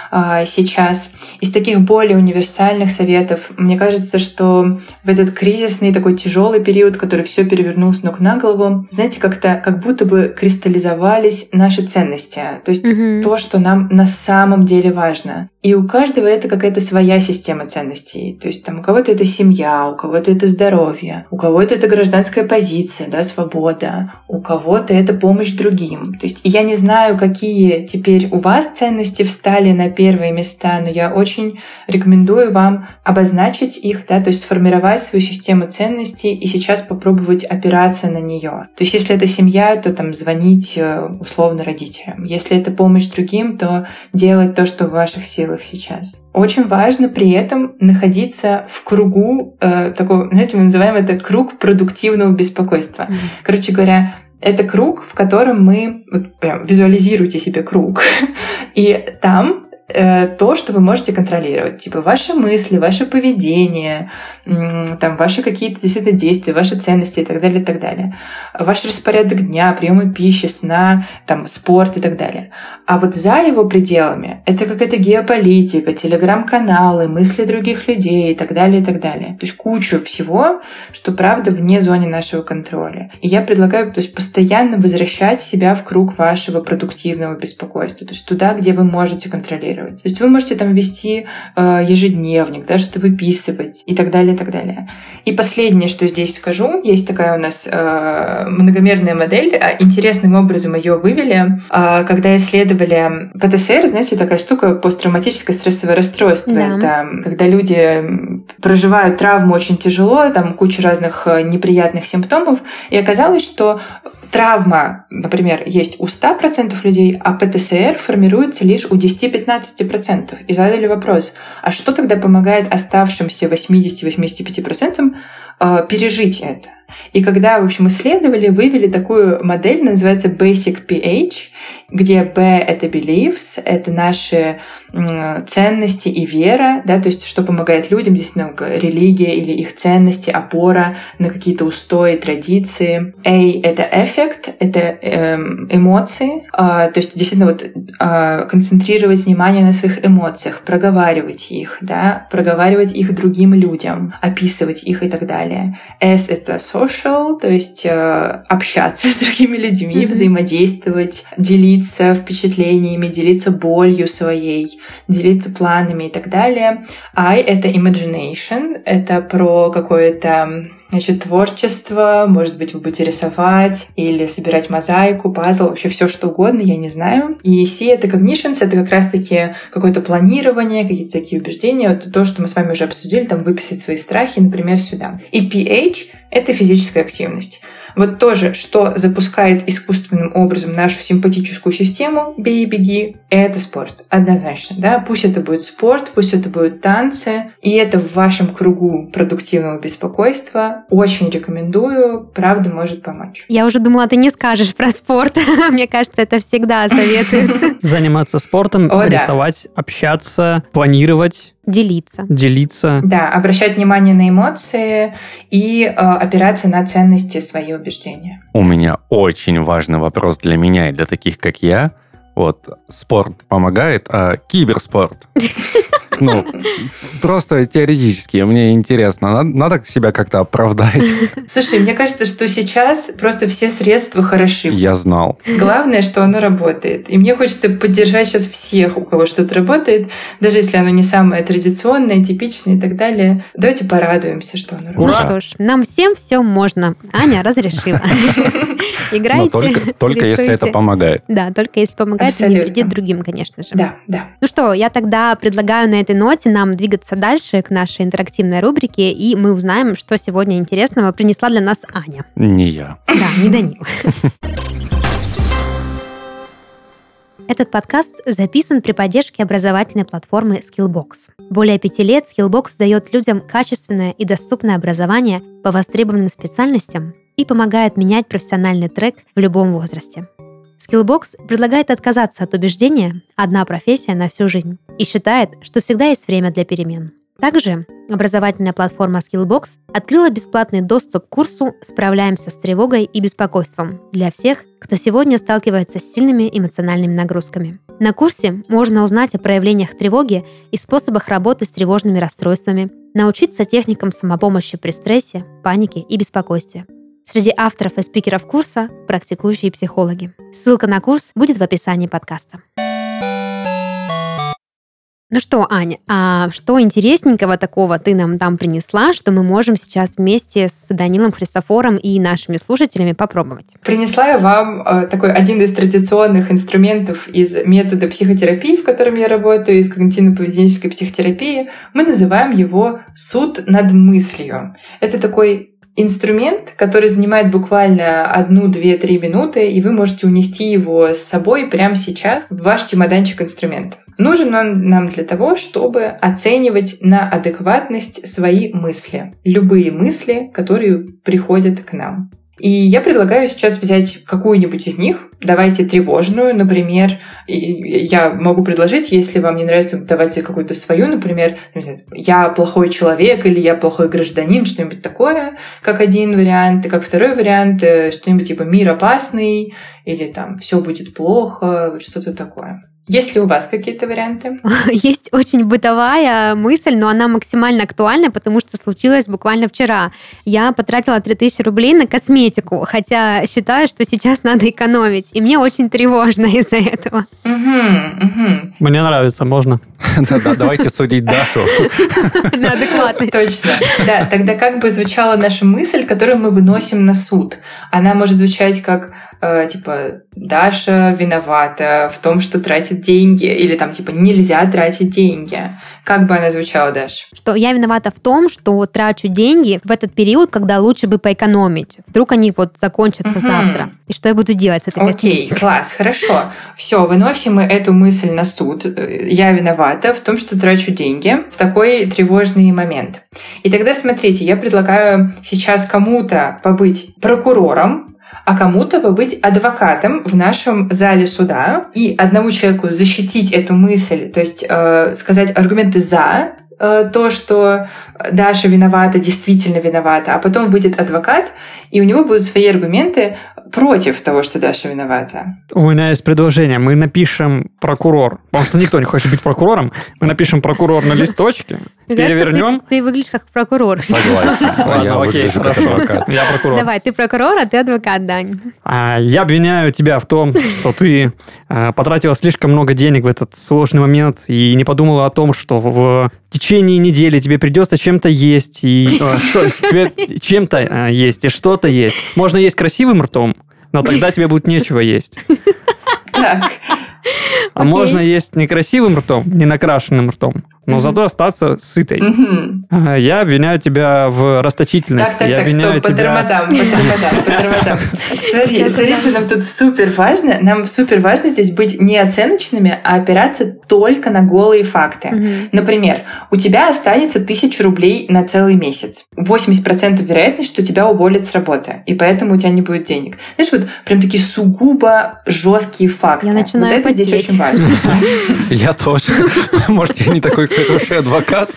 а, сейчас. Из таких более универсальных советов, мне кажется, что в этот кризисный такой тяжелый период, который все перевернул с ног на голову, знаете, как-то как будто бы кристаллизовались наши ценности. То есть mm-hmm. то, что нам на самом деле важно. И у каждого это какая-то своя система ценностей. То есть там у кого-то это семья, у кого-то это здоровье, у кого-то это гражданская позиция, да, свобода, у кого-то это помощь другим. То есть я не знаю, какие теперь у вас ценности встали на первые места, но я очень рекомендую вам обозначить их, да, то есть сформировать свою систему ценностей и сейчас попробовать опираться на нее. То есть если это семья, то там звонить условно родителям. Если это помощь другим, то делать то, что в ваших силах сейчас. Очень важно при этом находиться в кругу э, такого, знаете, мы называем это круг продуктивного беспокойства. Mm-hmm. Короче говоря, это круг, в котором мы, вот прям визуализируйте себе круг, и там то, что вы можете контролировать. Типа ваши мысли, ваше поведение, там, ваши какие-то действительно действия, ваши ценности и так далее, и так далее. Ваш распорядок дня, приемы пищи, сна, там, спорт и так далее. А вот за его пределами это какая-то геополитика, телеграм-каналы, мысли других людей и так далее, и так далее. То есть кучу всего, что, правда, вне зоны нашего контроля. И я предлагаю, то есть, постоянно возвращать себя в круг вашего продуктивного беспокойства. То есть туда, где вы можете контролировать. То есть вы можете там вести э, ежедневник, да, что-то выписывать и так далее, и так далее. И последнее, что здесь скажу, есть такая у нас э, многомерная модель, интересным образом ее вывели, э, когда исследовали пэ тэ эс эр, знаете, такая штука, посттравматическое стрессовое расстройство. Да. Это когда люди проживают травму очень тяжело, там куча разных неприятных симптомов, и оказалось, что травма, например, есть у ста процентов людей, а пэ тэ эс эр формируется лишь у десяти-пятнадцати процентов. И задали вопрос, а что тогда помогает оставшимся восьмидесяти-восьмидесяти пяти процентам э, пережить это? И когда, в общем, исследовали, вывели такую модель, называется Basic пи эйч, где B — это beliefs, это наши ценности и вера, да, то есть что помогает людям, действительно, религия или их ценности, опора на какие-то устои, традиции. A — это эффект, это эмоции, то есть действительно вот концентрировать внимание на своих эмоциях, проговаривать их, да, проговаривать их другим людям, описывать их и так далее. S — это social, то есть общаться с другими людьми, mm-hmm. взаимодействовать, делиться впечатлениями, делиться болью своей, делиться планами и так далее. I — это imagination, это про какое-то, значит, творчество, может быть, вы будете рисовать или собирать мозаику, пазл, вообще все что угодно, я не знаю. И C — это cognitions, это как раз-таки какое-то планирование, какие-то такие убеждения, вот то, что мы с вами уже обсудили, там выписать свои страхи, например, сюда. И пи эйч — это физическая активность. Вот тоже, что запускает искусственным образом нашу симпатическую систему, бей, беги, это спорт. Однозначно, да. Пусть это будет спорт, пусть это будут танцы, и это в вашем кругу продуктивного беспокойства. Очень рекомендую, правда, может помочь. Я уже думала, ты не скажешь про спорт. Мне кажется, это всегда советуют. Заниматься спортом, О, рисовать, да. общаться, планировать. Делиться. Делиться. Да, обращать внимание на эмоции и э, опираться на ценности, свои убеждения. У меня очень важный вопрос для меня и для таких, как я. Вот, спорт помогает, а киберспорт? Ну, просто теоретически, мне интересно, надо, надо себя как-то оправдать. Слушай, мне кажется, что сейчас просто все средства хороши. Я знал. Главное, что оно работает. И мне хочется поддержать сейчас всех, у кого что-то работает, даже если оно не самое традиционное, типичное и так далее. Давайте порадуемся, что оно работает. Ну что ж, нам всем все можно. Аня разрешила. Играйте, только, только если это помогает. Да, только если помогает и не вредит другим, конечно же. Да, да. Ну что, я тогда предлагаю на этой ноте нам двигаться дальше к нашей интерактивной рубрике, и мы узнаем, что сегодня интересного принесла для нас Аня. Не я. Да, не Данил. Этот подкаст записан при поддержке образовательной платформы Skillbox. Более пяти лет Skillbox дает людям качественное и доступное образование по востребованным специальностям и помогает менять профессиональный трек в любом возрасте. Skillbox предлагает отказаться от убеждения «одна профессия на всю жизнь» и считает, что всегда есть время для перемен. Также образовательная платформа Skillbox открыла бесплатный доступ к курсу «Справляемся с тревогой и беспокойством» для всех, кто сегодня сталкивается с сильными эмоциональными нагрузками. На курсе можно узнать о проявлениях тревоги и способах работы с тревожными расстройствами, научиться техникам самопомощи при стрессе, панике и беспокойстве. Среди авторов и спикеров курса – практикующие психологи. Ссылка на курс будет в описании подкаста. Ну что, Аня, а что интересненького такого ты нам там принесла, что мы можем сейчас вместе с Данилом Христофором и нашими слушателями попробовать? Принесла я вам э, такой один из традиционных инструментов из метода психотерапии, в котором я работаю, из когнитивно-поведенческой психотерапии. Мы называем его «суд над мыслью». Это такой инструмент, который занимает буквально одну, две, три минуты, и вы можете унести его с собой прямо сейчас в ваш чемоданчик инструментов. Нужен он нам для того, чтобы оценивать на адекватность свои мысли. Любые мысли, которые приходят к нам. И я предлагаю сейчас взять какую-нибудь из них. Давайте тревожную, например. Я могу предложить, если вам не нравится, давайте какую-то свою, например, я плохой человек или я плохой гражданин, что-нибудь такое, как один вариант. И как второй вариант, что-нибудь типа мир опасный или там все будет плохо, вот что-то такое. Есть ли у вас какие-то варианты? Есть очень бытовая мысль, но она максимально актуальна, потому что случилось буквально вчера. Я потратила три тысячи рублей на косметику, хотя считаю, что сейчас надо экономить. И мне очень тревожно из-за этого. Угу, угу. Мне нравится, можно? Да-да, давайте судить Дашу. На адекватность. Точно. Да, тогда как бы звучала наша мысль, которую мы выносим на суд? Она может звучать как типа Даша виновата в том, что тратит деньги, или там типа нельзя тратить деньги. Как бы она звучала, Даш? Что я виновата в том, что трачу деньги в этот период, когда лучше бы поэкономить. Вдруг они вот закончатся угу. завтра. И что я буду делать с этой косметикой? Окей, класс, хорошо. Все, выносим мы эту мысль на суд. Я виновата в том, что трачу деньги в такой тревожный момент. И тогда смотрите, я предлагаю сейчас кому-то побыть прокурором, а кому-то побыть адвокатом в нашем зале суда и одному человеку защитить эту мысль, то есть э, сказать аргументы «за», э, то, что Даша виновата, действительно виновата, а потом выйдет адвокат, и у него будут свои аргументы против того, что Даша виновата. У меня есть предложение. Мы напишем прокурор, потому что никто не хочет быть прокурором. Мы напишем прокурор на листочке, перевернем. Ты, ты выглядишь как прокурор. Согласен. Я выгляжу как адвокат. Я прокурор. Давай, ты прокурор, а ты адвокат, Дань. Я обвиняю тебя в том, что ты потратила слишком много денег в этот сложный момент и не подумала о том, что в течение недели тебе придется чем-то есть, и что тебе чем-то есть, и что-то есть. Можно есть красивым ртом, но тогда тебе будет нечего есть. Так. А okay. можно есть некрасивым ртом, не накрашенным ртом, но mm-hmm. зато остаться сытой. Mm-hmm. Я обвиняю тебя в расточительности. Так, так, я так, обвиняю стоп, по тебя... тормозам, по тормозам, по тормозам. Смотри, смотрите, нам тут супер важно, нам супер важно здесь быть не оценочными, а опираться только на голые факты. Mm-hmm. Например, у тебя останется тысяча рублей на целый месяц. восемьдесят процентов вероятность, что тебя уволят с работы, и поэтому у тебя не будет денег. Знаешь, вот прям такие сугубо жесткие факты. Я начинаю вот это потеть. Здесь очень важно. Я тоже. Может, я не такой хороший адвокат.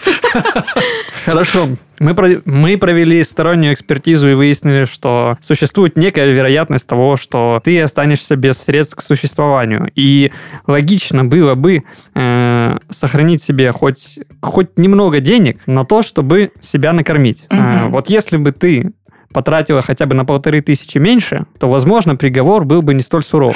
Хорошо. Мы, про... мы провели стороннюю экспертизу и выяснили, что существует некая вероятность того, что ты останешься без средств к существованию. И логично было бы э, сохранить себе хоть, хоть немного денег на то, чтобы себя накормить. Угу. Э, вот если бы ты потратила хотя бы на полторы тысячи меньше, то, возможно, приговор был бы не столь суров.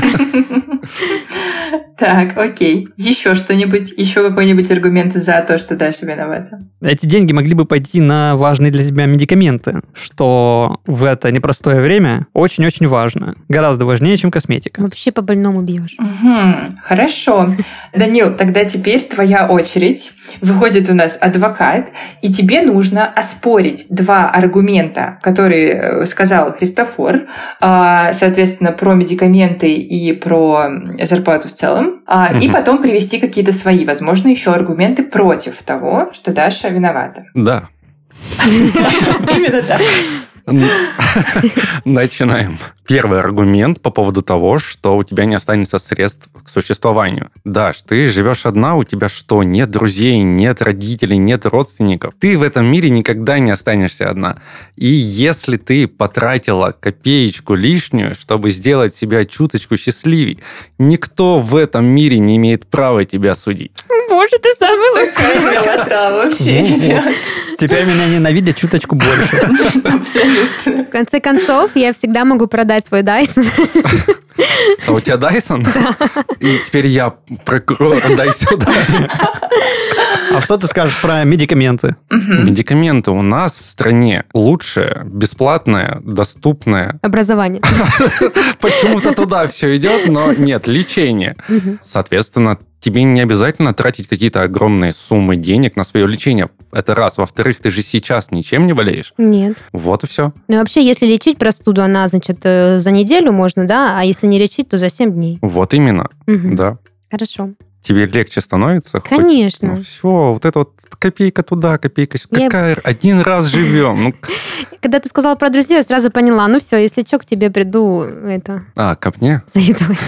Так, окей. Еще что-нибудь, еще какой-нибудь аргумент за то, что Даша виновата? Эти деньги могли бы пойти на важные для тебя медикаменты, что в это непростое время очень-очень важно. Гораздо важнее, чем косметика. Вообще по больному бьешь. Угу, хорошо. Данил, тогда теперь твоя очередь. Выходит у нас адвокат, и тебе нужно оспорить два аргумента, которые сказал Христофор, соответственно, про медикаменты и про зарплату в целом, угу. и потом привести какие-то свои, возможно, еще аргументы против того, что Даша виновата. Да. Именно так. Начинаем. Первый аргумент по поводу того, что у тебя не останется средств к существованию. Даш, ты живешь одна, у тебя что, нет друзей, нет родителей, нет родственников? Ты в этом мире никогда не останешься одна. И если ты потратила копеечку лишнюю, чтобы сделать себя чуточку счастливее, никто в этом мире не имеет права тебя судить. Боже, ты самый Такая милота вообще. Теперь меня ненавидят чуточку больше. Абсолютно. В конце концов, я всегда могу продать свой Dyson. А у тебя Dyson? Да. И теперь я прокурор, дай сюда. А что ты скажешь про медикаменты? Медикаменты у нас в стране лучшее, бесплатное, доступное. Образование. Почему-то туда все идет, но нет, лечение. Соответственно, тебе не обязательно тратить какие-то огромные суммы денег на свое лечение. Это раз. Во-вторых, ты же сейчас ничем не болеешь. Нет. Вот и все. Ну, вообще, если лечить простуду, она, значит, э, за неделю можно, да? А если не лечить, то за семь дней. Вот именно. Мгм. Да. Хорошо. Тебе легче становится? Хоть- Конечно. Ну, все, вот это вот копейка туда, копейка сюда. Я- Какая? Один раз живем. Ну, Когда ты сказала про друзей, я сразу поняла, ну все, если что, к тебе приду, это, а, ко мне? за едой.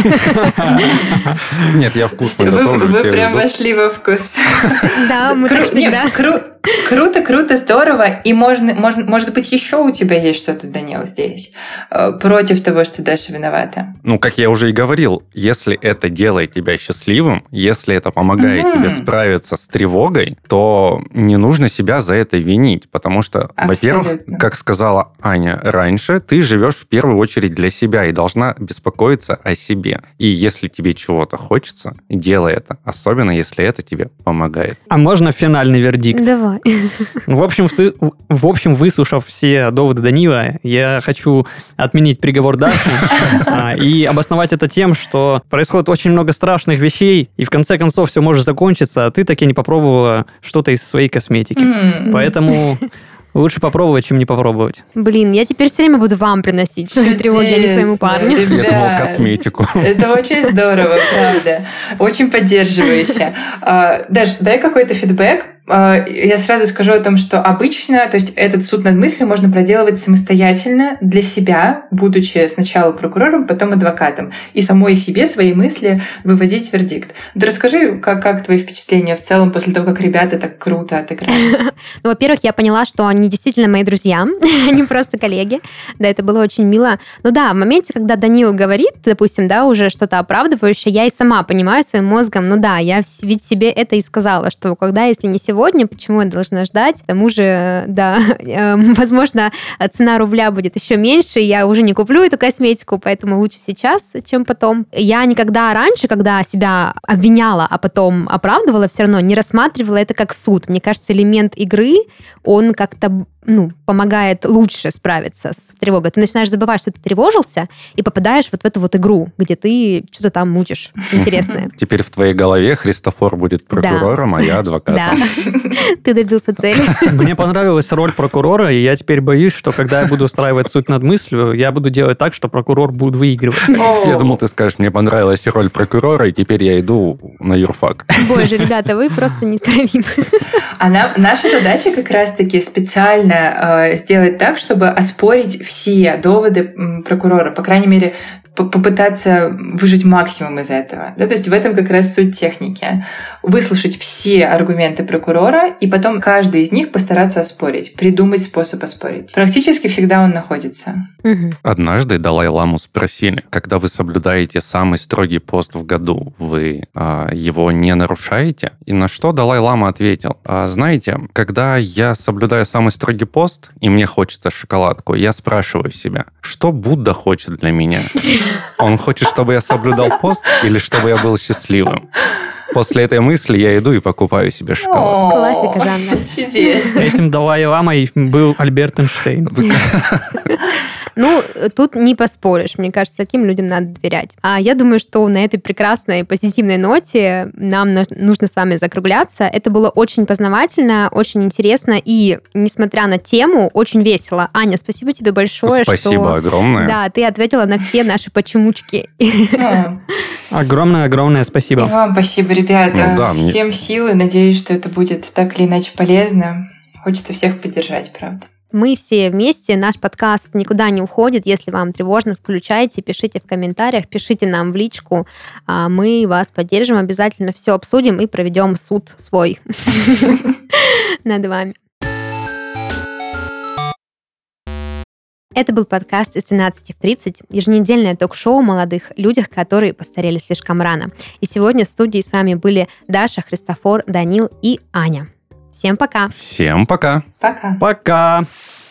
Нет, я вкусно Вы, готовлю. вы все прям ждут. вошли во вкус. Да, мы Кру- так всегда. нет, кру- Круто, круто, здорово. И можно, можно, может быть, еще у тебя есть что-то, Данил, здесь, э, против того, что Даша виновата. Ну, как я уже и говорил, если это делает тебя счастливым, если это помогает Мгм. тебе справиться с тревогой, то не нужно себя за это винить, потому что, во-первых, Абсолютно. как сказала Аня раньше, ты живешь в первую очередь для себя и должна беспокоиться о себе. И если тебе чего-то хочется, делай это, особенно если это тебе помогает. А можно финальный вердикт? Давай. В общем, сы- в общем, выслушав все доводы Данила, я хочу отменить приговор Даши а, и обосновать это тем, что происходит очень много страшных вещей, и в конце концов все может закончиться, а ты таки не попробовала что-то из своей косметики. М. Поэтому лучше попробовать, чем не попробовать. Блин, я теперь все время буду вам приносить свои тревоги, а не своему парню. Чудесно, Я думал, ребят. косметику. Это очень здорово, правда. Очень поддерживающе. А, Даш, дай какой-то фидбэк. А, Я сразу скажу о том, что обычно, то есть этот суд над мыслью можно проделывать самостоятельно для себя, будучи сначала прокурором, потом адвокатом, и самой себе свои мысли выводить вердикт. Да расскажи, как, как твои впечатления в целом после того, как ребята так круто отыграли. Ну, во-первых, я поняла, что они действительно мои друзья, они просто коллеги. Да, это было очень мило. Ну да, в моменте, когда Данил говорит, допустим, да, уже что-то оправдывающее, я и сама понимаю своим мозгом, ну да, я вс- ведь себе это и сказала, что когда, если не сегодня, почему я должна ждать? К тому же, да, э, возможно, цена рубля будет еще меньше, я уже не куплю эту косметику, поэтому лучше сейчас, чем потом. Я никогда раньше, когда себя обвиняла, а потом оправдывала, все равно не рассматривала это как суд. Мне кажется, элемент игры, он как-то ну, помогает лучше справиться с тревогой. Ты начинаешь забывать, что ты тревожился, и попадаешь вот в эту вот игру, где ты что-то там мутишь интересное. Теперь в твоей голове Христофор будет прокурором, а я адвокатом. Да, ты добился цели. Мне понравилась роль прокурора, и я теперь боюсь, что когда я буду устраивать суд над мыслью, я буду делать так, что прокурор будет выигрывать. Я думал, ты скажешь, мне понравилась роль прокурора, и теперь я иду на юрфак. Боже, ребята, вы просто неисправимы. А нам, наша задача как раз-таки специально э, сделать так, чтобы оспорить все доводы м, прокурора, по крайней мере, по- попытаться выжать максимум из этого. Да? То есть в этом как раз суть техники. Выслушать все аргументы прокурора и потом каждый из них постараться оспорить, придумать способ оспорить. Практически всегда он находится. Мгм. Однажды Далай-ламу спросили, когда вы соблюдаете самый строгий пост в году, вы а, его не нарушаете? И на что Далай-лама ответил, «А, знаете, когда я соблюдаю самый строгий пост, и мне хочется шоколадку, я спрашиваю себя, что Будда хочет для меня? Он хочет, чтобы я соблюдал пост или чтобы я был счастливым? После этой мысли я иду и покупаю себе шоколад». Классика жанра. Чудесно. Этим Далай-ламой был Альберт Эйнштейн. Ну, тут не поспоришь. Мне кажется, таким людям надо доверять. А я думаю, что на этой прекрасной позитивной ноте нам на- нужно с вами закругляться. Это было очень познавательно, очень интересно и, несмотря на тему, очень весело. Аня, спасибо тебе большое, Спасибо что... огромное. Да, ты ответила на все наши почемучки. Ну, Огромное-огромное И спасибо. вам спасибо, ребята. Ну да, мне- Всем силы. Надеюсь, что это будет так или иначе полезно. Хочется всех поддержать, правда. Мы все вместе, наш подкаст никуда не уходит. Если вам тревожно, включайте, пишите в комментариях, пишите нам в личку. Мы вас поддержим, обязательно все обсудим и проведем суд свой над вами. Это был подкаст из тринадцати в тридцать, еженедельное ток-шоу о молодых людях, которые постарели слишком рано. И сегодня в студии с вами были Даша, Христофор, Данил и Аня. Всем пока! Всем пока! Пока! Пока!